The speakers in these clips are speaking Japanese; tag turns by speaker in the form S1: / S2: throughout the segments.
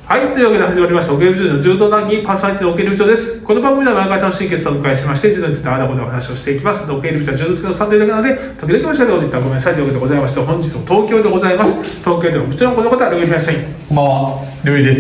S1: はい、というわけで始まりました、オケル部長の柔道談義パーソナリティのオケル部長です。この番組では毎回楽しいゲストをお迎えしまして、柔道についてあだこでお話をしていきます。オケル部長は柔道好きのスタンドだけなので、時々間違えたこと言ったらごめんなさいというわけでございまして、本日も東京でございます。東京でももちろんこの方はルイヒラ社員。
S2: こんばんは、ルイです。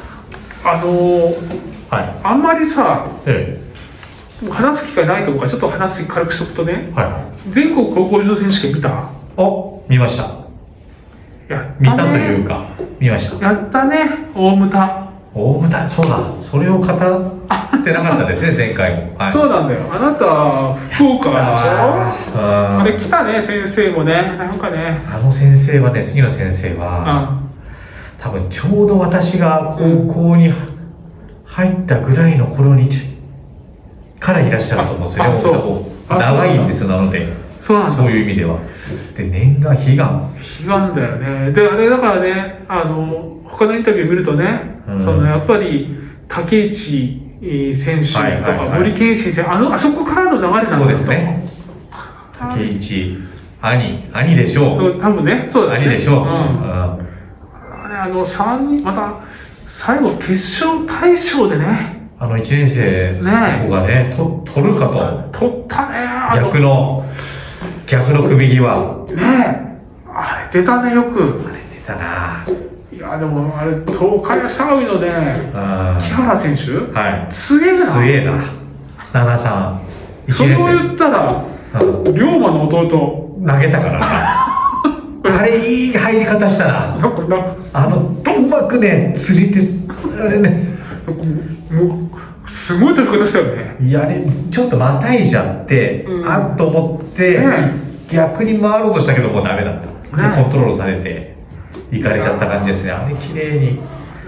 S1: はい、あんまりさ、話す機会ないと思うから、ちょっと話軽くしとくとね、全国高校柔道選手権見た？
S2: 見ました。見たというか、見ました。
S1: やったね、大牟田。
S2: 大牟田、そうだ、それを語ってなかったですね、前回も。
S1: そうなんだよ、あなた、福岡でしょ？あれ来たね、先生もね、なんかね。
S2: あの先生はね、杉野先生は、多分ちょうど私が高校に入ったぐらいの頃にからいらっしゃると思うんですよね。長いんですよ、なので。そういう意味では。で、念願、悲願
S1: だよね。で、あれだからね、他のインタビュー見るとね、やっぱり竹内選手とか森健信選手、あそこからの流れなんだと。
S2: そうですね。竹内、兄でしょう。
S1: そう、多分ね、そうだね。
S2: 兄でしょう。
S1: 3人、また、最後、決勝大賞でね。
S2: 1年生の子がね、取るかと。
S1: 取ったね。
S2: 逆の組際。
S1: ねえ。あれ出たね、よく。
S2: あれ出たな。
S1: いや、でも、あれ、東海騒ぎのね、木原選手？すげえな。
S2: すげえな。7-3。
S1: それを言ったら、龍馬の弟。
S2: 投げたからな。あれ、いい入り方したな。うまくね、釣り手、あれね。
S1: すごい取り方したよね。
S2: いや、あれ、ちょっとまたいじゃって、あっと思って、逆に回ろうとしたけどもうダメだった。コントロールされて、いかれちゃった感じですね。あれ、綺麗に。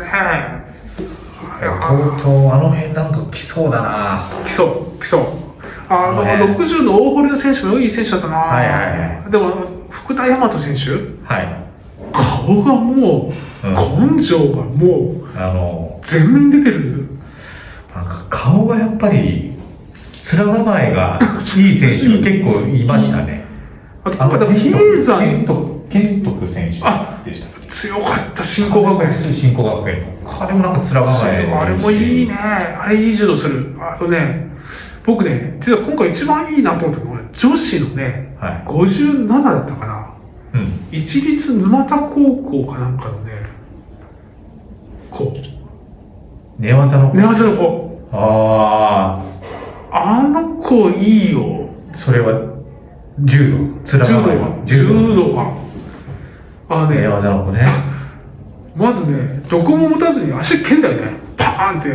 S2: とうとう、あの辺なんか来そうだな。
S1: 来そう。60の大堀の選手もいい選手だったな。でも、福田大和選手、顔がもう、根性がもう、全面出てる。
S2: なんか顔がやっぱり、面構えがいい選手が結構いましたね。
S1: あと、比叡山
S2: 健徳選手でした。
S1: 強かった、新興学園。
S2: 新興学園。彼もなんか面構え。
S1: あれもいいね。あれいい柔道する。あとね、僕ね、実は今回一番いいなと思ったのは、女子のね、57だったかな。一律沼田高校かなんかのね、
S2: 寝技の
S1: 子。あの子いいよ。
S2: それは柔道か。寝技の子ね。
S1: まずね、どこも持たずに足蹴んだよね。パーンって。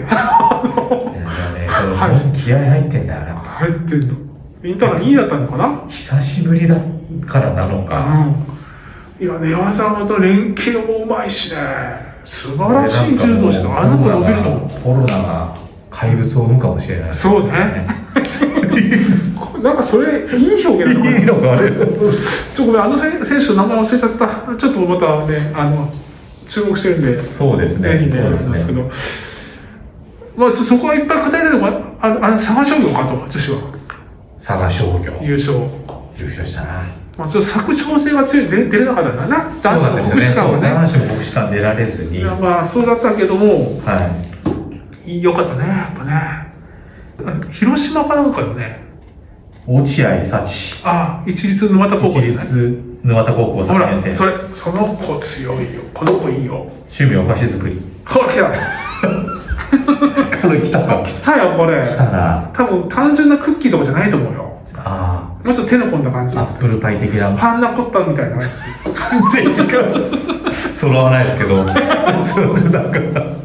S2: 気合入ってんだよな。
S1: 入ってんの。インターが2位だったのかな。
S2: 久しぶりだからなのか。
S1: いや、寝技と連携もうまいしね。素晴らしい柔道して、あの子伸びると思う。
S2: コロナが怪物を生むかもしれない。
S1: そうね。なんかそれ、いい表現なのかな。
S2: いいのか、あれ。
S1: ごめん、あの選手の名前忘れちゃった。ちょっとまたね、注目してるんで。
S2: そうですね。
S1: ぜひね、なんですけど。そこはいっぱい語りたいのが、佐賀商業かと、女子は。
S2: 佐賀商業。
S1: 優勝
S2: したな。
S1: ちょっと佐久長聖が強い、出れなかったんだな。
S2: 男子も国士舘もね。男子も国士舘出られずに。
S1: そうだったけども、よかったね、やっぱね。広島かなんかのね、
S2: 落合幸。
S1: 一律沼田高校。
S2: 一律沼田高校3年生。
S1: その子強いよ。この子いいよ。
S2: 趣味お菓子作り。
S1: ほら、来た。
S2: これ来たか。
S1: 来たよ、これ。
S2: 来たな。
S1: 多分単純なクッキーとかじゃないと思うよ。もうちょっと手の込んだ感じ。
S2: アップルパイ的な。
S1: パンナコッタみたいなやつ。
S2: 全然違う。揃わないですけど。すいません、なんか。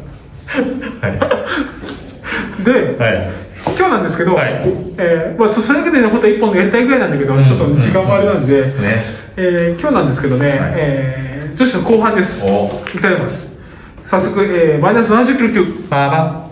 S1: で、今日なんですけど、それだけでね、本当は1本やりたいぐらいなんだけど、ちょっと時間もあれなんで、今日なんですけどね、女子の後半です。いきたいと思います。早速、マイナス70キロ級。さ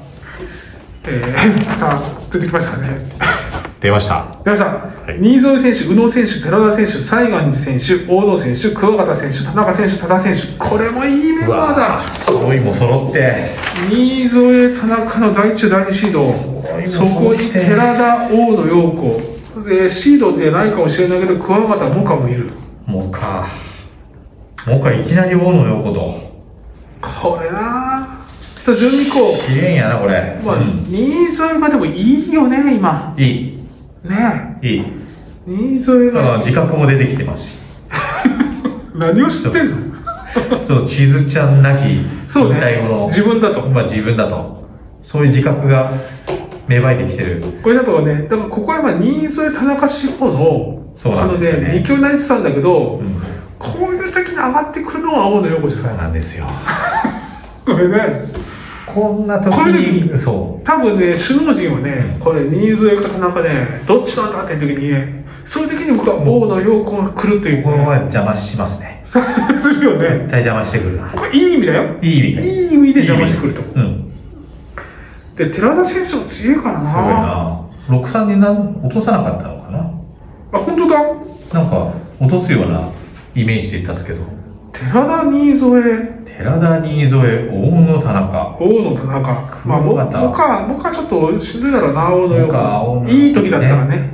S1: あ、出てきましたね。
S2: 出ました。
S1: 新添選手、宇野選手、寺田選手、西岸寺選手、大野選手、桑形選手、田中選手、多田選手。これもいいメンバーだ。
S2: 揃いも揃って。
S1: 新添、田中の第1、第2シード。そこに寺田、大野陽子。シードでないかもしれないけど、桑形、モカもいる。
S2: モカいきなり大野陽子と。
S1: これなぁ。順にこう。
S2: 綺麗やな、これ。
S1: まあ、新添がでもいいよね、今。
S2: いい。
S1: ね
S2: いい。
S1: 新添が。
S2: 自覚も出てきてますし。
S1: 何を知ってんの
S2: そう、地図ちゃんなき引
S1: 退後の、自分だと。
S2: まあ自分だと。そういう自覚が芽生えてきてる。
S1: これだとね、だからここは今、新添田中志保の、
S2: そうなんですよね。
S1: 2強になりつつあるんだけど、こういう時に上がってくるのは大野陽子ですから。
S2: そうなんですよ。
S1: これね。
S2: こんな時に、
S1: そう。多分ね、首脳陣はね、これ、新添か田中ね、どっちなんだっていう時にね、そういう時に僕は大野陽子が来るという、
S2: ここは邪魔しますね。
S1: するよね。
S2: 絶対邪魔してくるな。
S1: これいい意味だよ。
S2: いい意味。
S1: いい意味で邪魔してくると。で、寺田選手も強いからな。
S2: すごいな。6-3に落とさなかったのかな。
S1: あ、本当だ。
S2: なんか、落とすようなイメージで言ったんですけど。
S1: 寺田新添。
S2: 寺田新添、大野田中。
S1: 大野田中。まあ、僕はちょっとしんどいだろうな、大野陽子。いい時だったらね。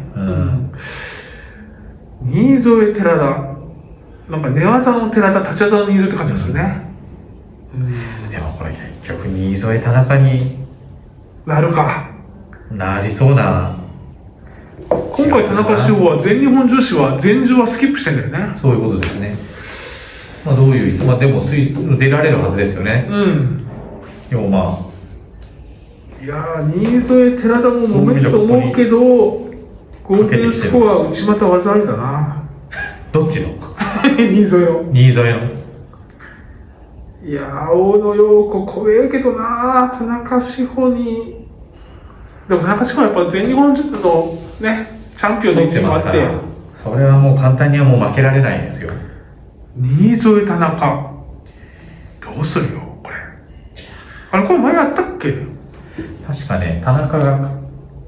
S1: 新添寺田。なんか寝技の寺田、立ち技の新添って感じがするね。
S2: でもこれ結局新添田中に
S1: なるか。
S2: なりそうな。
S1: 今回田中志保は全日本女子は全場はスキップしてんだよね。
S2: そういうことですね。まあどういう、まあでも出られるはずですよね。でもまあ。
S1: いやー、新添寺田も揉めると思うけど、ゴールデンスコア内股技ありだな。
S2: どっちの
S1: 新添の。
S2: 新添の。
S1: いやー、大野陽子怖えけどなー、田中志保に。でも田中志保はやっぱ全日本のね、チャンピオンの位置もあって。
S2: それはもう簡単にはもう負けられないんですよ。
S1: 新添田中。どうするよ、これ。あれ、これ前やったっけ？
S2: 確かね、田中が、直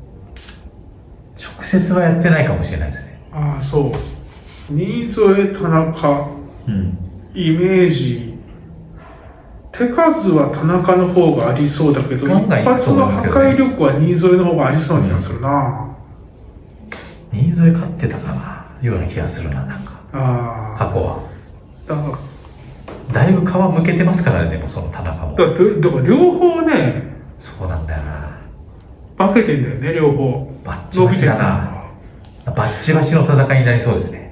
S2: 接はやってないかもしれないですね。
S1: ああ、そう。新添田中、イメージ、手数は田中の方がありそうだけど、一発の破壊力は新添の方がありそうな気がするな。
S2: 新添勝ってたかなような気がするな、なんか。過去は。だいぶ皮むけてますからね、でもその田中も。
S1: だから両方ね、
S2: そうなんだよな。
S1: 化けてんだよね、両方。
S2: バッチバチだな。バッチバチの戦いになりそうですね。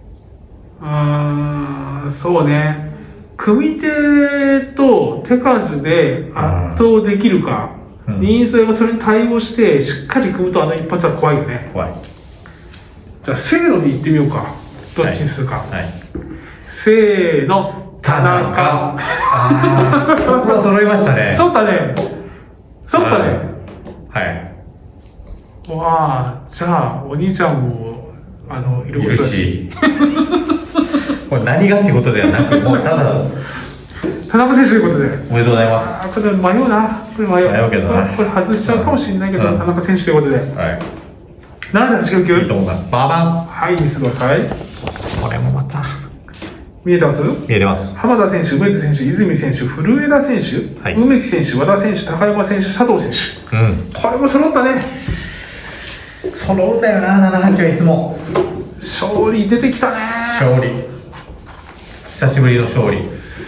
S1: そうね。組手と手数で圧倒できるか。新添がそれに対応してしっかり組むとあの一発は怖いよね。
S2: 怖い。
S1: じゃあせーのでいってみようか。どっちにするか。せーの、田中。
S2: 僕は揃いましたね。
S1: 揃ったね。揃ったね。
S2: はい。
S1: わあ、じゃあお兄ちゃんもいることだし。
S2: これ何がってことではなく、もうただ
S1: 田中選手ということで。
S2: おめでとうございます。
S1: これ迷うな。これ迷うけどな。これ外しちゃうかもしれないけど、田中選手ということで。はい。78kg級。
S2: いいと思います。バーバン。
S1: はい、見せてください。
S2: これもまた。
S1: 見えてます？
S2: 見えてます。
S1: 浜田選手、梅津選手、泉選手、古枝選手、梅木選手、和田選手、高山選手、佐藤選手。これも揃ったね。
S2: 揃うんだよな、78はいつも。
S1: 勝利出てきたね。
S2: 勝利。久しぶりの勝利。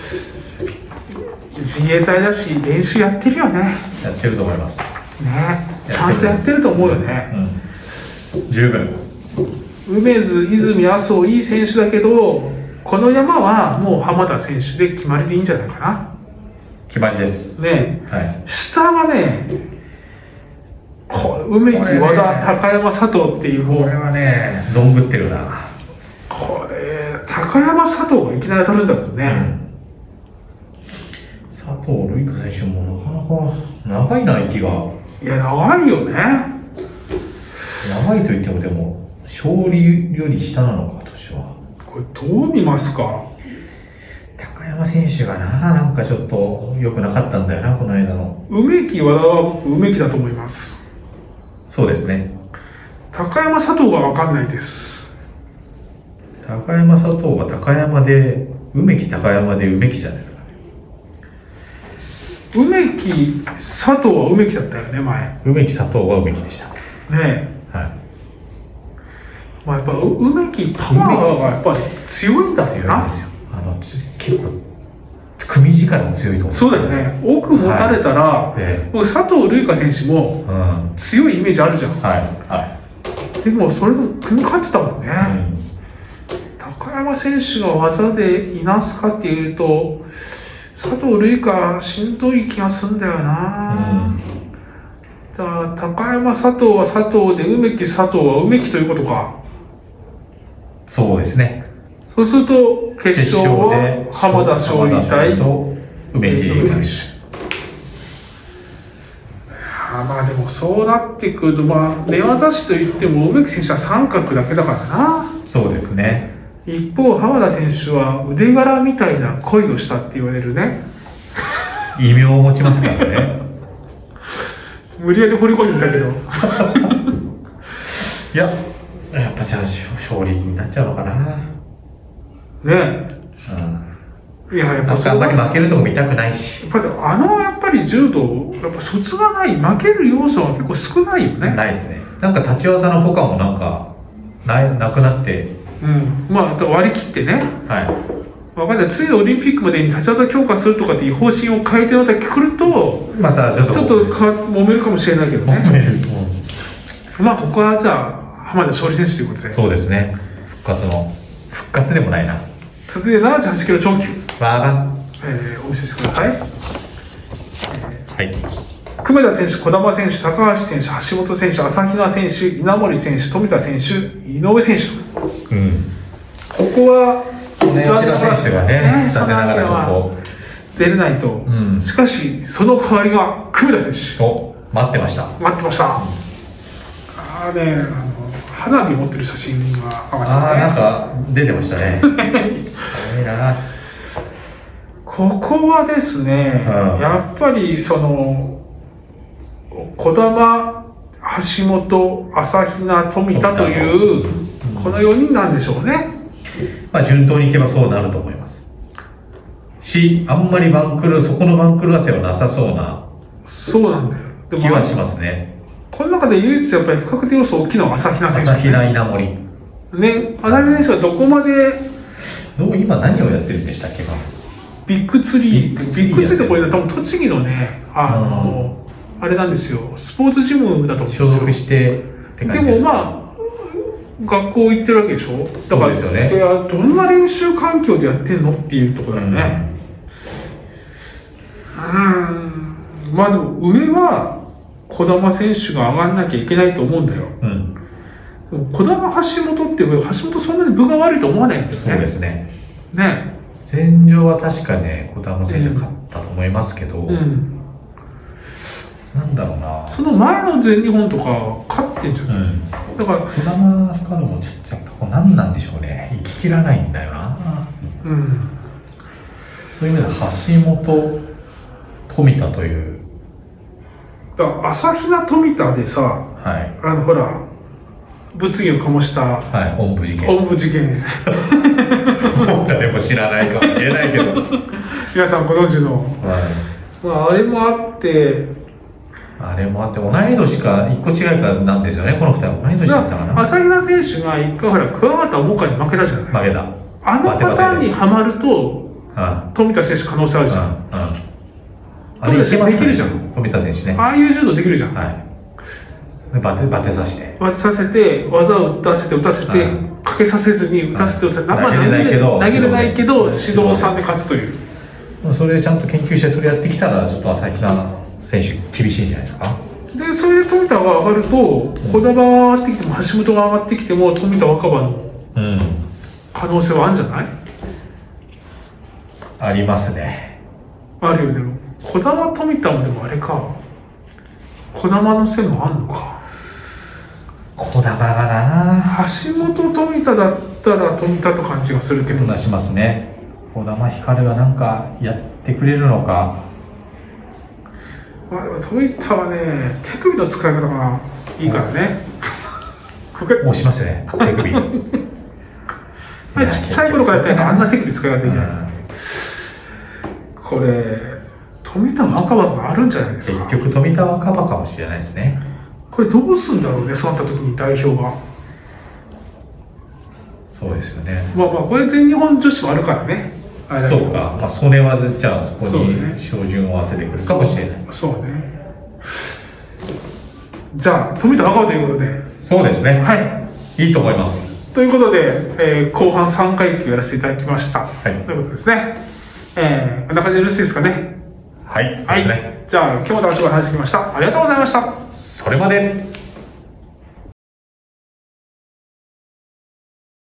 S1: 自衛隊だし、練習やってるよね。
S2: やってると思います。
S1: ね、ちゃんとやってると思うよね。
S2: 十分。
S1: 梅津、泉、麻生、いい選手だけど、この山はもう浜田選手で決まりでいいんじゃないかな。
S2: 決まりです。
S1: ね、下はね、梅木、和田、高山、佐藤っていうもう。
S2: これはね、どんぶってるな。
S1: これ、高山、佐藤がいきなり当たるんだもんね。
S2: 佐藤瑠衣子選手もなかなか長いな、息が。
S1: いや、長いよね。
S2: 長いと言っても、でも、勝利より下なのか、年は。
S1: これ、どう見ますか？
S2: 高山選手がなんかちょっと良くなかったんだよな、この間の。
S1: 梅木、和田は僕、梅木だと思います。
S2: そうですね。
S1: 高山、佐藤が分かんないです。
S2: 高山、佐藤は高山で、梅木、高山で梅木じゃないですかね。
S1: 梅木、佐藤は梅木だったよね、前。
S2: 梅木、佐藤は梅木でした。
S1: ねえ。
S2: はい。
S1: まあやっぱ梅木パワーがやっぱり強いんだよな。
S2: 結構組力強いと思う。
S1: そうだよね。奥持たれたら、もう佐藤瑠衣香選手も強いイメージあるじゃん。でもそれと組み勝ってたもんね。高山選手が技でいなすかっていうと、佐藤瑠衣香しんどい気がするんだよな。だから高山佐藤は佐藤で、梅木佐藤は梅木ということか。
S2: そうですね。
S1: そうすると決勝は浜田勝利対
S2: 梅木選手。
S1: まあでもそうなってくると、寝技師といっても梅木選手は三角だけだからな。
S2: そうですね。
S1: 一方浜田選手は腕柄みたいな恋をしたって言われるね。
S2: 異名を持ちますからね。
S1: 無理やり掘り込んでたけど。
S2: いや、やっぱじゃあ勝利になっちゃうのかな。
S1: ねえ。いや、やっぱ
S2: あんまり負けるとこ見たくないし。
S1: やっぱり柔道、やっぱ卒がない、負ける要素は結構少ないよね。
S2: ないですね。なんか立ち技のポカもなんかなくなって。
S1: 割り切ってね。わかんない。次のオリンピックまでに立ち技強化するとかっていう方針を変えてるのだけ来ると、
S2: またちょっと
S1: 揉めるかもしれないけどね。ここはじゃあ、浜田勝利選手ということで。
S2: そうですね。復活でもないな。
S1: 続いて78キロ超級。お見せしてください。久米田選手、児玉選手、高橋選手、橋本選手、朝比奈選手、稲森選手、富田選手、井上選手と。ここは、
S2: 曽根明選手がね、残念ながらちょっと
S1: 出れないと。しかし、その代わりが久米田選手。
S2: 待ってました。
S1: 花火持ってる写真が
S2: なんか出てましたね。
S1: ここはですね、やっぱりその児玉、橋本、朝比奈、富田というこの4人なんでしょうね。
S2: 順当にいけばそうなると思いますし、あんまりそこの番狂わせはなさそうな気はしますね。
S1: この中で唯一やっぱり不確定要素大きいのは朝比奈選手、
S2: 朝比奈、稲森
S1: ね。朝比奈選手はどこまで
S2: 今何をやってるんでしたっけ。
S1: ビッグツリーってこれ多分栃木のね、あれなんですよ、スポーツジムだと思うんですよ。
S2: 所属してって感じですか。
S1: でも学校行ってるわけでしょ。だから
S2: そうですよね。
S1: どんな練習環境でやってんのっていうところだよね。でも上は児玉選手が上がんなきゃいけないと思うんだよ。でも児玉、橋本って橋本そんなに分が悪いと思わないんですね。
S2: そうですね。
S1: 前
S2: 場は確かね、児玉選手が勝ったと思いますけど、なんだろうな。
S1: その前の全日本とか勝ってんじゃない。だから
S2: 児玉光もちょっと何なんでしょうね。行ききらないんだよな。そういう意味では橋本、富田という。
S1: 朝比奈富田でさ、ほら物議を醸した、
S2: おんぶ事件。もう誰も知らないかもしれないけど
S1: 皆さんご存知の、あれもあって
S2: 同い年か1個違いかなんですよね。この2人は同い年だったかな。
S1: 朝比奈選手が一回桑形桃佳に負けたじゃない。
S2: 負けた。
S1: あのパターンにはまると富田選手可能性あるじゃん。富田選手できるじゃん。
S2: 富田選手ね。
S1: ああいう柔道できるじゃん。
S2: バテさせて
S1: 技を打たせてかけさせずに打たせて投げれないけど指導3で勝つという。
S2: それちゃんと研究してそれやってきたらちょっと朝比奈選手厳しいんじゃないですか。
S1: でそれで富田が上がると児玉が上がってきても橋本が上がってきても富田若葉の可能性はあるんじゃない。
S2: ありますね。
S1: あるよね。児玉富田もでもあれか、児玉の線もあんのか。
S2: 児玉がな。
S1: 橋本富田だったら富田と感じがするけど。
S2: 出しますね。児玉ひかるがなんかやってくれるのか。
S1: でも富田はね、手首の使い方がいいからね。
S2: 押しますよね、手首。
S1: ちっちゃい頃からやったらあんな手首使い方できない。これ富田若葉があるんじゃないですか。
S2: 結局富田若葉かもしれないですね。
S1: これどうするんだろうね、そうなった時に代表が。
S2: そうですよね。
S1: これ全日本女子もあるからね。
S2: そうか、まあ、それはじゃあそこに照準を合わせてくるかもしれない。
S1: そうね。じゃあ富田若尾ということで。
S2: そうですね。
S1: はい。
S2: いいと思います。
S1: ということで、後半3階級やらせていただきました。
S2: はい。
S1: ということですね。こんな感じでよろしいですかね。
S2: はい。
S1: はい。じゃあ今日も楽しくお話しきました。ありがとうございました。
S2: それまで。